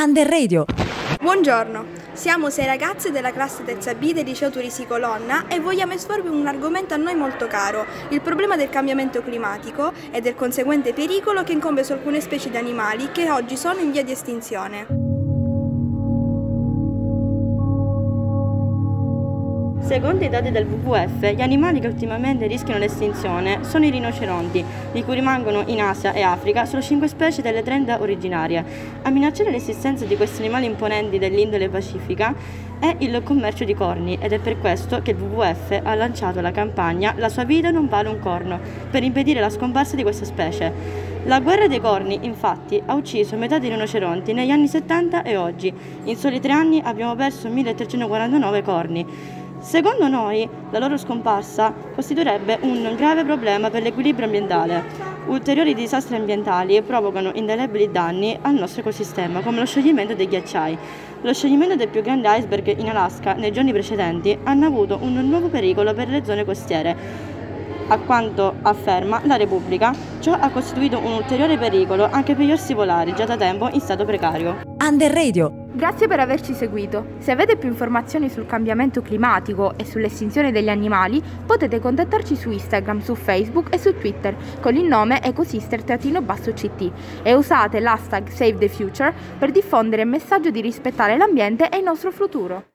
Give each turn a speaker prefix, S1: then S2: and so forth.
S1: Under Radio.
S2: Buongiorno, siamo 6 ragazze della classe terza B del liceo Turisi Colonna e vogliamo esporvi un argomento a noi molto caro, il problema del cambiamento climatico e del conseguente pericolo che incombe su alcune specie di animali che oggi sono in via di estinzione.
S3: Secondo i dati del WWF, gli animali che ultimamente rischiano l'estinzione sono i rinoceronti, di cui rimangono in Asia e Africa solo 5 specie delle 30 originarie. A minacciare l'esistenza di questi animali imponenti dell'indole pacifica è il commercio di corni, ed è per questo che il WWF ha lanciato la campagna La sua vita non vale un corno, per impedire la scomparsa di questa specie. La guerra dei corni, infatti, ha ucciso metà dei rinoceronti negli anni 70 e oggi. In soli 3 anni abbiamo perso 1349 corni. Secondo noi, la loro scomparsa costituirebbe un grave problema per l'equilibrio ambientale. Ulteriori disastri ambientali provocano indelebili danni al nostro ecosistema, come lo scioglimento dei ghiacciai. Lo scioglimento del più grande iceberg in Alaska nei giorni precedenti hanno avuto un nuovo pericolo per le zone costiere. A quanto afferma la Repubblica, ciò ha costituito un ulteriore pericolo anche per gli orsi polari, già da tempo in stato precario.
S1: Under Radio.
S4: Grazie per averci seguito. Se avete più informazioni sul cambiamento climatico e sull'estinzione degli animali, potete contattarci su Instagram, su Facebook e su Twitter con il nome ecosister_CT e usate l'hashtag Save the Future per diffondere il messaggio di rispettare l'ambiente e il nostro futuro.